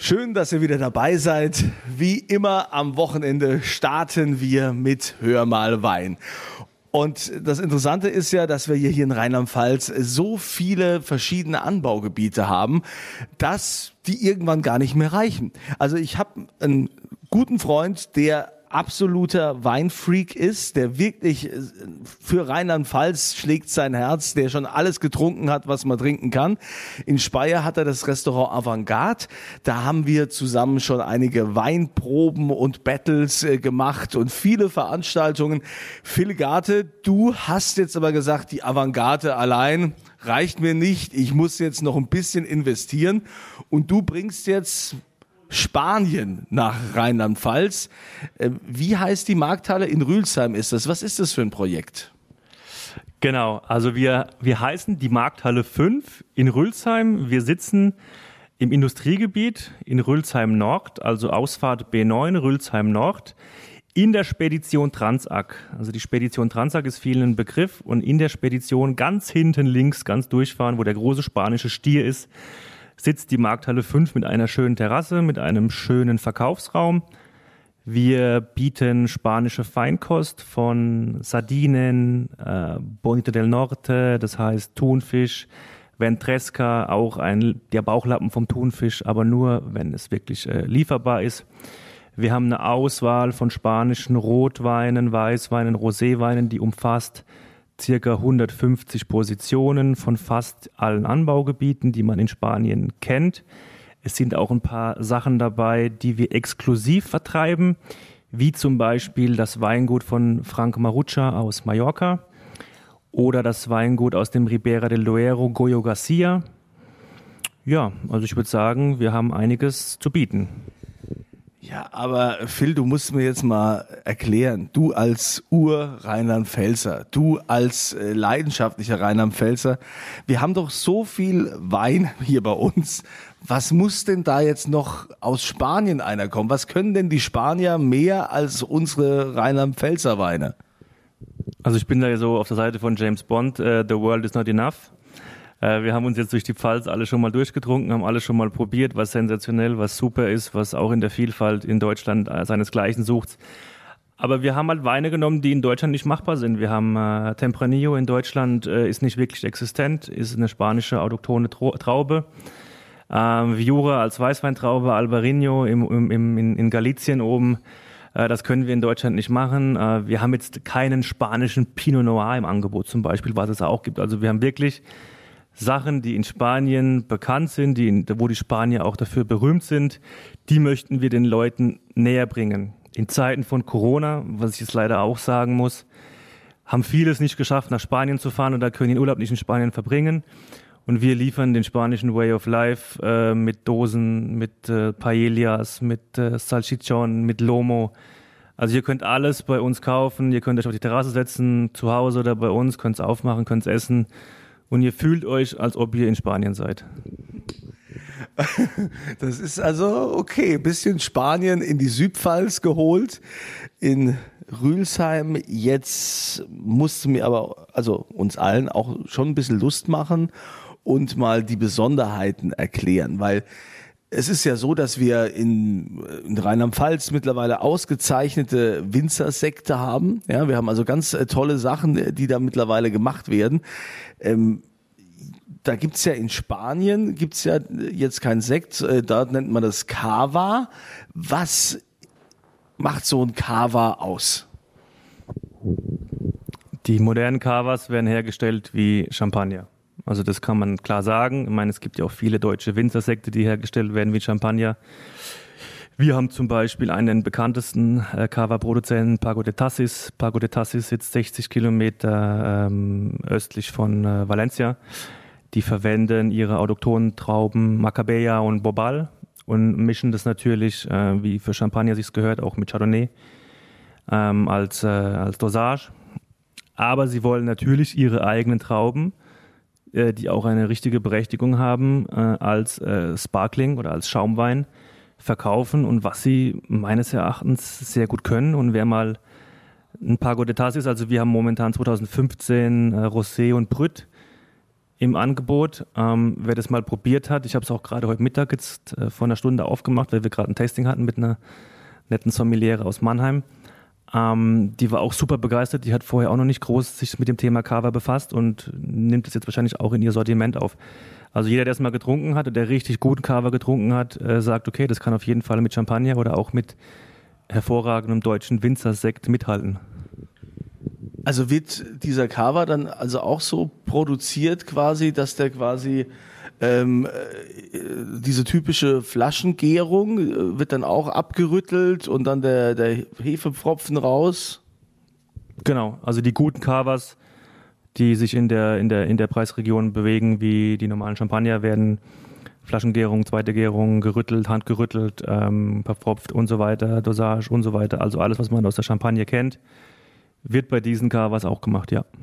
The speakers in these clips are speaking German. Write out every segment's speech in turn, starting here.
Schön, dass ihr wieder dabei seid. Wie immer am Wochenende starten wir mit Hör mal Wein. Und das Interessante ist ja, dass wir hier in Rheinland-Pfalz so viele verschiedene Anbaugebiete haben, dass die irgendwann gar nicht mehr reichen. Also ich habe einen guten Freund, der absoluter Weinfreak ist, der wirklich für Rheinland-Pfalz schlägt sein Herz, der schon alles getrunken hat, was man trinken kann. In Speyer hat er das Restaurant Avantgarde. Da haben wir zusammen schon einige Weinproben und Battles gemacht und viele Veranstaltungen. Phil Garte, du hast jetzt aber gesagt, die Avantgarde allein reicht mir nicht. Ich muss jetzt noch ein bisschen investieren und du bringst jetzt Spanien nach Rheinland-Pfalz. Wie heißt die Markthalle? In Rülsheim ist das. Was ist das für ein Projekt? Genau, also wir heißen die Markthalle 5 in Rülsheim. Wir sitzen im Industriegebiet in Rülsheim Nord, also Ausfahrt B9, Rülsheim Nord, in der Spedition Transac. Also die Spedition Transac ist vielen ein Begriff und in der Spedition ganz hinten links, ganz durchfahren, wo der große spanische Stier ist, sitzt die Markthalle 5 mit einer schönen Terrasse, mit einem schönen Verkaufsraum. Wir bieten spanische Feinkost von Sardinen, Bonito del Norte, das heißt Thunfisch, Ventresca, auch der Bauchlappen vom Thunfisch, aber nur, wenn es wirklich lieferbar ist. Wir haben eine Auswahl von spanischen Rotweinen, Weißweinen, Roséweinen, die umfasst circa 150 Positionen von fast allen Anbaugebieten, die man in Spanien kennt. Es sind auch ein paar Sachen dabei, die wir exklusiv vertreiben, wie zum Beispiel das Weingut von Frank Marucha aus Mallorca oder das Weingut aus dem Ribera del Duero, Goyo Garcia. Ja, also ich würde sagen, wir haben einiges zu bieten. Ja, aber Phil, du musst mir jetzt mal erklären, du als Ur-Rheinland-Pfälzer, du als leidenschaftlicher Rheinland-Pfälzer, wir haben doch so viel Wein hier bei uns. Was muss denn da jetzt noch aus Spanien einer kommen? Was können denn die Spanier mehr als unsere Rheinland-Pfälzer Weine? Also ich bin da so auf der Seite von James Bond, The World is not enough. Wir haben uns jetzt durch die Pfalz alle schon mal durchgetrunken, haben alles schon mal probiert, was sensationell, was super ist, was auch in der Vielfalt in Deutschland seinesgleichen sucht. Aber wir haben halt Weine genommen, die in Deutschland nicht machbar sind. Wir haben Tempranillo in Deutschland, ist nicht wirklich existent, ist eine spanische autochthone Traube. Viura als Weißweintraube, Albarino in Galicien oben. Das können wir in Deutschland nicht machen. Wir haben jetzt keinen spanischen Pinot Noir im Angebot zum Beispiel, was es auch gibt. Also wir haben wirklich Sachen, die in Spanien bekannt sind, wo die Spanier auch dafür berühmt sind, die möchten wir den Leuten näher bringen. In Zeiten von Corona, was ich jetzt leider auch sagen muss, haben viele es nicht geschafft, nach Spanien zu fahren oder können den Urlaub nicht in Spanien verbringen. Und wir liefern den spanischen Way of Life mit Dosen, mit Paellas, mit Salchichon, mit Lomo. Also ihr könnt alles bei uns kaufen, ihr könnt euch auf die Terrasse setzen, zu Hause oder bei uns, könnt es aufmachen, könnt es essen. Und ihr fühlt euch, als ob ihr in Spanien seid. Das ist also okay. Bisschen Spanien in die Südpfalz geholt, in Rülsheim. Jetzt musst du mir aber, also uns allen auch schon ein bisschen Lust machen und mal die Besonderheiten erklären, weil es ist ja so, dass wir in Rheinland-Pfalz mittlerweile ausgezeichnete Winzersekte haben. Ja, wir haben also ganz tolle Sachen, die da mittlerweile gemacht werden. Da gibt's ja in Spanien, gibt's ja jetzt kein Sekt, dort nennt man das Cava. Was macht so ein Cava aus? Die modernen Cavas werden hergestellt wie Champagner. Also das kann man klar sagen. Ich meine, es gibt ja auch viele deutsche Winzersekte, die hergestellt werden wie Champagner. Wir haben zum Beispiel einen der bekanntesten Cava-Produzenten, Pago de Tassis. Pago de Tassis sitzt 60 Kilometer östlich von Valencia. Die verwenden ihre autochthonen Trauben Macabea und Bobal und mischen das natürlich, wie für Champagner sich's gehört, auch mit Chardonnay als Dosage. Aber sie wollen natürlich ihre eigenen Trauben, die auch eine richtige Berechtigung haben, als Sparkling oder als Schaumwein verkaufen und was sie meines Erachtens sehr gut können. Und wer mal ein Pago de Tassis, also wir haben momentan 2015 Rosé und Brut im Angebot. Wer das mal probiert hat, ich habe es auch gerade heute Mittag jetzt vor einer Stunde aufgemacht, weil wir gerade ein Tasting hatten mit einer netten Sommeliere aus Mannheim. Die war auch super begeistert. Die hat vorher auch noch nicht groß sich mit dem Thema Cava befasst und nimmt es jetzt wahrscheinlich auch in ihr Sortiment auf. Also jeder, der es mal getrunken hat und der richtig guten Cava getrunken hat, sagt, okay, das kann auf jeden Fall mit Champagner oder auch mit hervorragendem deutschen Winzersekt mithalten. Also wird dieser Cava dann also auch so produziert quasi, dass der quasi diese typische Flaschengärung wird dann auch abgerüttelt und dann der Hefepfropfen raus? Genau, also die guten Cavas, die sich in der Preisregion bewegen, wie die normalen Champagner, werden Flaschengärung, zweite Gärung, gerüttelt, handgerüttelt, verpfropft und so weiter, Dosage und so weiter. Also alles, was man aus der Champagne kennt, wird bei diesen Cavas auch gemacht, ja.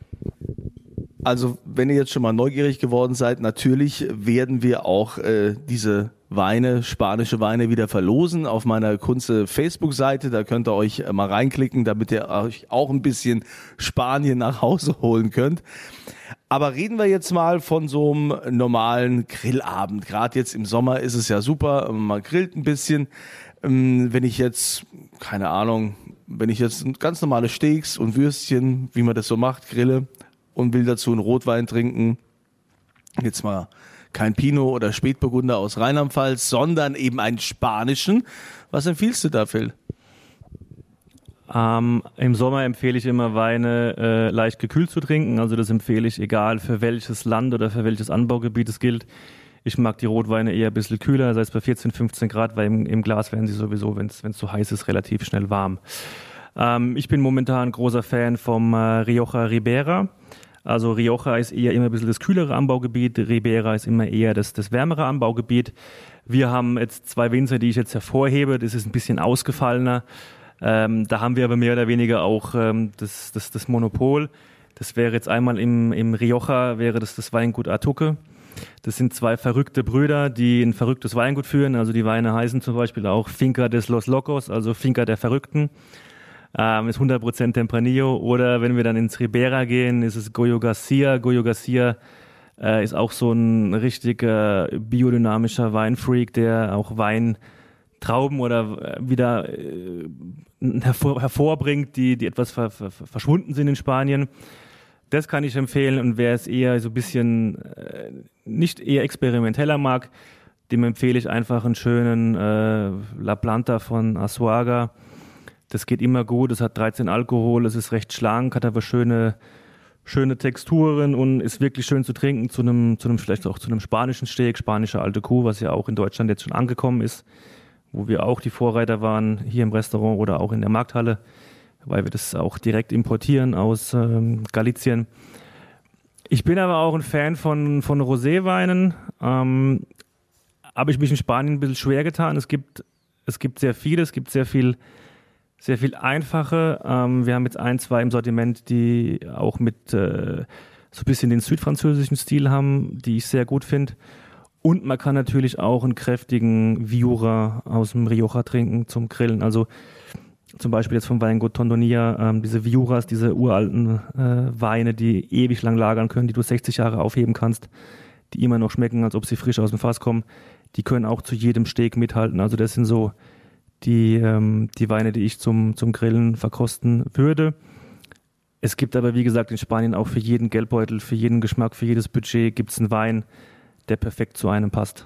Also wenn ihr jetzt schon mal neugierig geworden seid, natürlich werden wir auch diese Weine, spanische Weine wieder verlosen auf meiner Kunze Facebook-Seite. Da könnt ihr euch mal reinklicken, damit ihr euch auch ein bisschen Spanien nach Hause holen könnt. Aber reden wir jetzt mal von so einem normalen Grillabend. Gerade jetzt im Sommer ist es ja super, man grillt ein bisschen. Wenn ich jetzt, keine Ahnung, wenn ich jetzt ganz normale Steaks und Würstchen, wie man das so macht, grille und will dazu einen Rotwein trinken, jetzt mal kein Pinot oder Spätburgunder aus Rheinland-Pfalz, sondern eben einen spanischen. Was empfiehlst du da, Phil? Im Sommer empfehle ich immer Weine leicht gekühlt zu trinken. Also das empfehle ich, egal für welches Land oder für welches Anbaugebiet es gilt. Ich mag die Rotweine eher ein bisschen kühler, sei es bei 14, 15 Grad, weil im Glas werden sie sowieso, wenn es zu heiß ist, relativ schnell warm. Ich bin momentan großer Fan vom Rioja Ribera. Also Rioja ist eher immer ein bisschen das kühlere Anbaugebiet, Ribera ist immer eher das wärmere Anbaugebiet. Wir haben jetzt 2 Winzer, die ich jetzt hervorhebe, das ist ein bisschen ausgefallener. Da haben wir aber mehr oder weniger auch das Monopol. Das wäre jetzt einmal im Rioja, wäre das Weingut Atuque. Das sind 2 verrückte Brüder, die ein verrücktes Weingut führen. Also die Weine heißen zum Beispiel auch Finca de los Locos, also Finca der Verrückten. Ist 100% Tempranillo. Oder wenn wir dann ins Ribera gehen, ist es Goyo Garcia. Goyo Garcia ist auch so ein richtiger biodynamischer Weinfreak, der auch Weintrauben oder wieder hervorbringt, die etwas verschwunden sind in Spanien. Das kann ich empfehlen. Und wer es eher so ein bisschen nicht eher experimenteller mag, dem empfehle ich einfach einen schönen La Planta von Azuaga. Das geht immer gut, es hat 13 Alkohol, es ist recht schlank, hat aber schöne Texturen und ist wirklich schön zu trinken, vielleicht auch zu einem spanischen Steak, spanische alte Kuh, was ja auch in Deutschland jetzt schon angekommen ist, wo wir auch die Vorreiter waren, hier im Restaurant oder auch in der Markthalle, weil wir das auch direkt importieren aus Galicien. Ich bin aber auch ein Fan von Roséweinen, habe ich mich in Spanien ein bisschen schwer getan. Es gibt sehr viele, es gibt sehr viel einfache. Wir haben jetzt 1, 2 im Sortiment, die auch mit so ein bisschen den südfranzösischen Stil haben, die ich sehr gut finde. Und man kann natürlich auch einen kräftigen Viura aus dem Rioja trinken zum Grillen. Also zum Beispiel jetzt vom Weingut Tondonia, diese Viuras, diese uralten Weine, die ewig lang lagern können, die du 60 Jahre aufheben kannst, die immer noch schmecken, als ob sie frisch aus dem Fass kommen. Die können auch zu jedem Steak mithalten. Also das sind so die Weine, die ich zum Grillen verkosten würde. Es gibt aber, wie gesagt, in Spanien auch für jeden Geldbeutel, für jeden Geschmack, für jedes Budget gibt es einen Wein, der perfekt zu einem passt.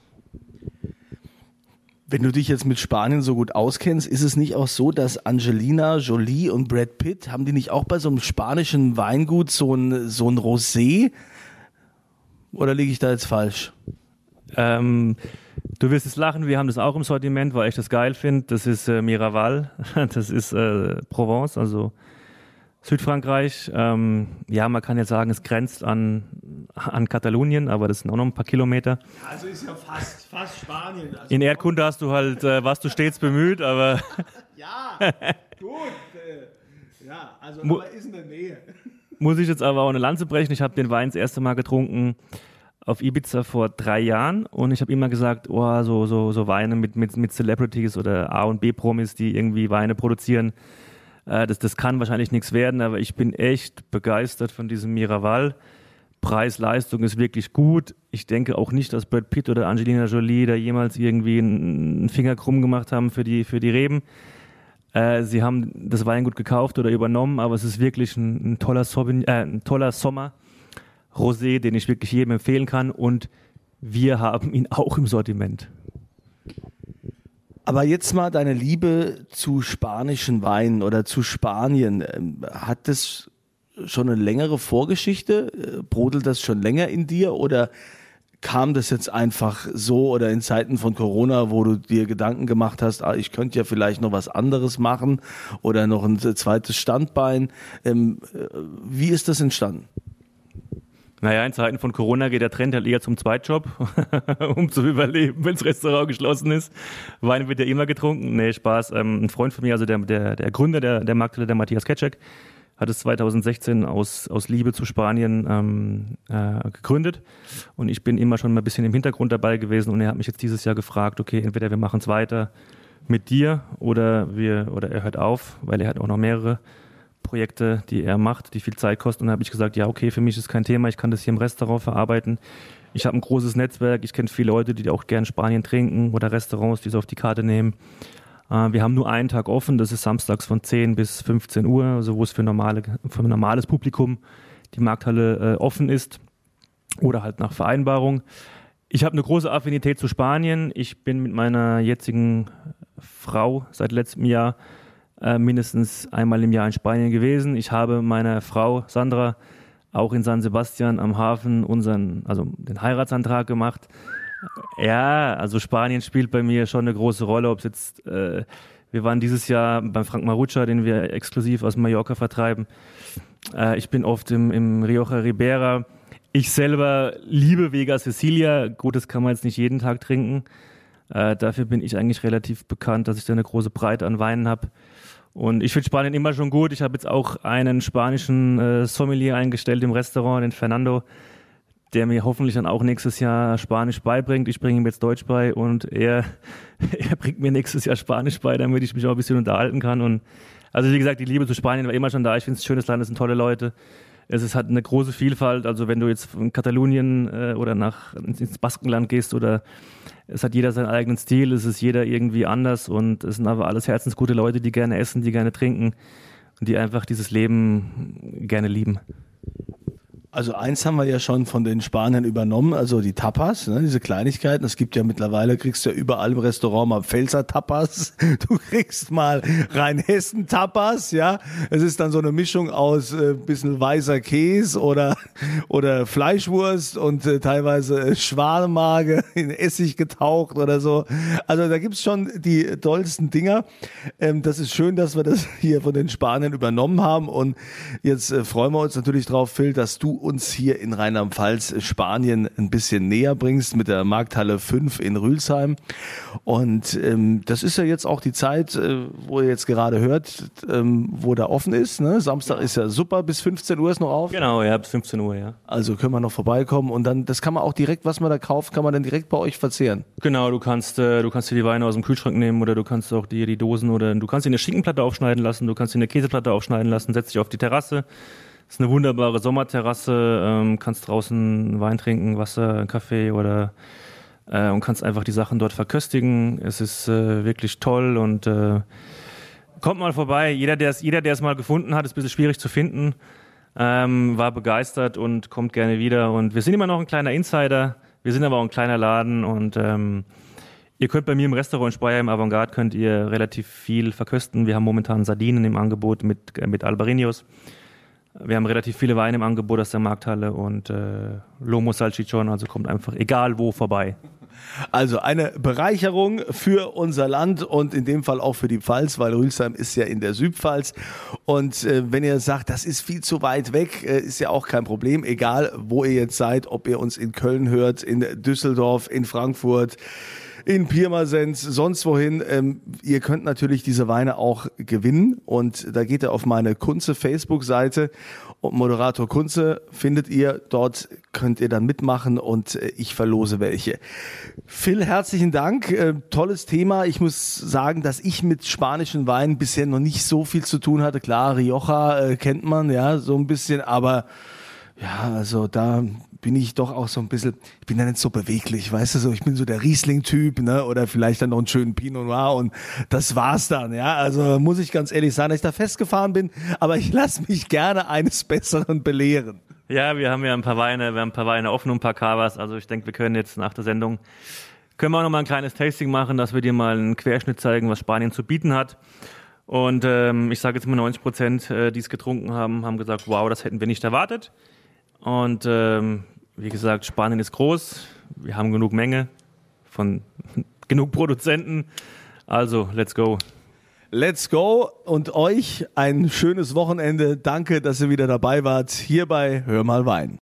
Wenn du dich jetzt mit Spanien so gut auskennst, ist es nicht auch so, dass Angelina Jolie und Brad Pitt, haben die nicht auch bei so einem spanischen Weingut so ein Rosé? Oder liege ich da jetzt falsch? Du wirst es lachen, wir haben das auch im Sortiment, weil ich das geil finde. Das ist Miraval, das ist Provence, also Südfrankreich. Ja, man kann jetzt sagen, es grenzt an Katalonien, aber das sind auch noch ein paar Kilometer. Also ist ja fast Spanien. Also in Erdkunde hast du halt, warst du stets bemüht, aber... Ja, gut. Ja, also aber ist in der Nähe. Muss ich jetzt aber auch eine Lanze brechen. Ich habe den Wein das erste Mal getrunken auf Ibiza vor 3 Jahren und ich habe immer gesagt, oh, so Weine mit Celebrities oder A- und B-Promis, die irgendwie Weine produzieren, das kann wahrscheinlich nichts werden, aber ich bin echt begeistert von diesem Miraval. Preis-Leistung ist wirklich gut. Ich denke auch nicht, dass Brad Pitt oder Angelina Jolie da jemals irgendwie einen Finger krumm gemacht haben für die Reben. Sie haben das Weingut gekauft oder übernommen, aber es ist wirklich ein toller Sommer-Rosé, den ich wirklich jedem empfehlen kann, und wir haben ihn auch im Sortiment. Aber jetzt mal deine Liebe zu spanischen Weinen oder zu Spanien. Hat das schon eine längere Vorgeschichte? Brodelt das schon länger in dir oder kam das jetzt einfach so oder in Zeiten von Corona, wo du dir Gedanken gemacht hast, ich könnte ja vielleicht noch was anderes machen oder noch ein zweites Standbein? Wie ist das entstanden? Naja, in Zeiten von Corona geht der Trend halt eher zum Zweitjob, um zu überleben, wenn das Restaurant geschlossen ist. Wein wird ja immer getrunken. Nee, Spaß. Ein Freund von mir, also der Gründer der Markthalle, der Matthias Ketschek, hat es 2016 aus Liebe zu Spanien gegründet. Und ich bin immer schon mal ein bisschen im Hintergrund dabei gewesen. Und er hat mich jetzt dieses Jahr gefragt, okay, entweder wir machen es weiter mit dir oder er hört auf, weil er hat auch noch mehrere Projekte, die er macht, die viel Zeit kosten. Und dann habe ich gesagt, ja, okay, für mich ist kein Thema, ich kann das hier im Restaurant verarbeiten. Ich habe ein großes Netzwerk, ich kenne viele Leute, die auch gern Spanien trinken oder Restaurants, die es auf die Karte nehmen. Wir haben nur einen Tag offen, das ist samstags von 10 bis 15 Uhr, also wo es für normales Publikum die Markthalle offen ist oder halt nach Vereinbarung. Ich habe eine große Affinität zu Spanien. Ich bin mit meiner jetzigen Frau seit letztem Jahr mindestens einmal im Jahr in Spanien gewesen. Ich habe meiner Frau Sandra auch in San Sebastian am Hafen den Heiratsantrag gemacht. Ja, also Spanien spielt bei mir schon eine große Rolle. Ob es jetzt, wir waren dieses Jahr beim Frank Marucha, den wir exklusiv aus Mallorca vertreiben. Ich bin oft im Rioja Ribera. Ich selber liebe Vega Sicilia. Gut, das kann man jetzt nicht jeden Tag trinken. Dafür bin ich eigentlich relativ bekannt, dass ich da eine große Breite an Weinen habe. Und ich finde Spanien immer schon gut. Ich habe jetzt auch einen spanischen Sommelier eingestellt im Restaurant, den Fernando, der mir hoffentlich dann auch nächstes Jahr Spanisch beibringt. Ich bringe ihm jetzt Deutsch bei und er bringt mir nächstes Jahr Spanisch bei, damit ich mich auch ein bisschen unterhalten kann. Und also wie gesagt, die Liebe zu Spanien war immer schon da. Ich finde es ein schönes Land, es sind tolle Leute. Es hat eine große Vielfalt. Also wenn du jetzt von Katalonien oder ins Baskenland gehst, oder es hat jeder seinen eigenen Stil, es ist jeder irgendwie anders, und es sind aber alles herzensgute Leute, die gerne essen, die gerne trinken und die einfach dieses Leben gerne lieben. Also eins haben wir ja schon von den Spaniern übernommen, also die Tapas, ne, diese Kleinigkeiten. Es gibt ja mittlerweile, kriegst du ja überall im Restaurant mal Pfälzer Tapas, du kriegst mal Rheinhessen Tapas, ja. Es ist dann so eine Mischung aus bisschen weißer Käse oder Fleischwurst und teilweise Schwanemage in Essig getaucht oder so. Also da gibt's schon die tollsten Dinger. Das ist schön, dass wir das hier von den Spaniern übernommen haben, und jetzt freuen wir uns natürlich drauf, Phil, dass du uns hier in Rheinland-Pfalz Spanien ein bisschen näher bringst mit der Markthalle 5 in Rülsheim. Und das ist ja jetzt auch die Zeit, wo ihr jetzt gerade hört, wo da offen ist. Ne? Samstag ist ja super, bis 15 Uhr ist noch auf. Genau, ja, bis 15 Uhr, ja. Also können wir noch vorbeikommen, und dann, das kann man auch direkt, was man da kauft, kann man dann direkt bei euch verzehren. Genau, du kannst dir die Weine aus dem Kühlschrank nehmen, oder du kannst auch die Dosen, oder du kannst dir eine Schinkenplatte aufschneiden lassen, du kannst dir eine Käseplatte aufschneiden lassen, setzt dich auf die Terrasse. Das ist eine wunderbare Sommerterrasse, kannst draußen Wein trinken, Wasser, Kaffee und kannst einfach die Sachen dort verköstigen. Es ist wirklich toll, und kommt mal vorbei. Jeder, der es mal gefunden hat, ist ein bisschen schwierig zu finden, war begeistert und kommt gerne wieder. Und wir sind immer noch ein kleiner Insider, wir sind aber auch ein kleiner Laden, und ihr könnt bei mir im Restaurant in Speyer im Avantgarde könnt ihr relativ viel verkösten. Wir haben momentan Sardinen im Angebot mit Albarinios. Wir haben relativ viele Weine im Angebot aus der Markthalle und Lomo Salchichon, also kommt einfach egal wo vorbei. Also eine Bereicherung für unser Land und in dem Fall auch für die Pfalz, weil Rülsheim ist ja in der Südpfalz. Und wenn ihr sagt, das ist viel zu weit weg, ist ja auch kein Problem. Egal, wo ihr jetzt seid, ob ihr uns in Köln hört, in Düsseldorf, in Frankfurt, in Pirmasens, sonst wohin. Ihr könnt natürlich diese Weine auch gewinnen, und da geht ihr auf meine Kunze Facebook-Seite und Moderator Kunze findet ihr. Dort könnt ihr dann mitmachen und ich verlose welche. Phil, herzlichen Dank. Tolles Thema. Ich muss sagen, dass ich mit spanischen Weinen bisher noch nicht so viel zu tun hatte. Klar, Rioja kennt man, ja, so ein bisschen, aber Ja, also da bin ich doch auch so ein bisschen, ich bin ja nicht so beweglich, weißt du, so ich bin so der Riesling-Typ, ne, oder vielleicht dann noch einen schönen Pinot Noir und das war's dann, ja, also muss ich ganz ehrlich sagen, dass ich da festgefahren bin, aber ich lasse mich gerne eines Besseren belehren. Ja, wir haben ein paar Weine offen und ein paar Cavas, also ich denke, wir können jetzt nach der Sendung, können wir auch noch mal ein kleines Tasting machen, dass wir dir mal einen Querschnitt zeigen, was Spanien zu bieten hat. Und ich sage jetzt mal 90%, die es getrunken haben, haben gesagt, wow, das hätten wir nicht erwartet. Und wie gesagt, Spanien ist groß, wir haben genug Menge von genug Produzenten, also let's go. Let's go und euch ein schönes Wochenende. Danke, dass ihr wieder dabei wart, hier bei Hör mal Wein.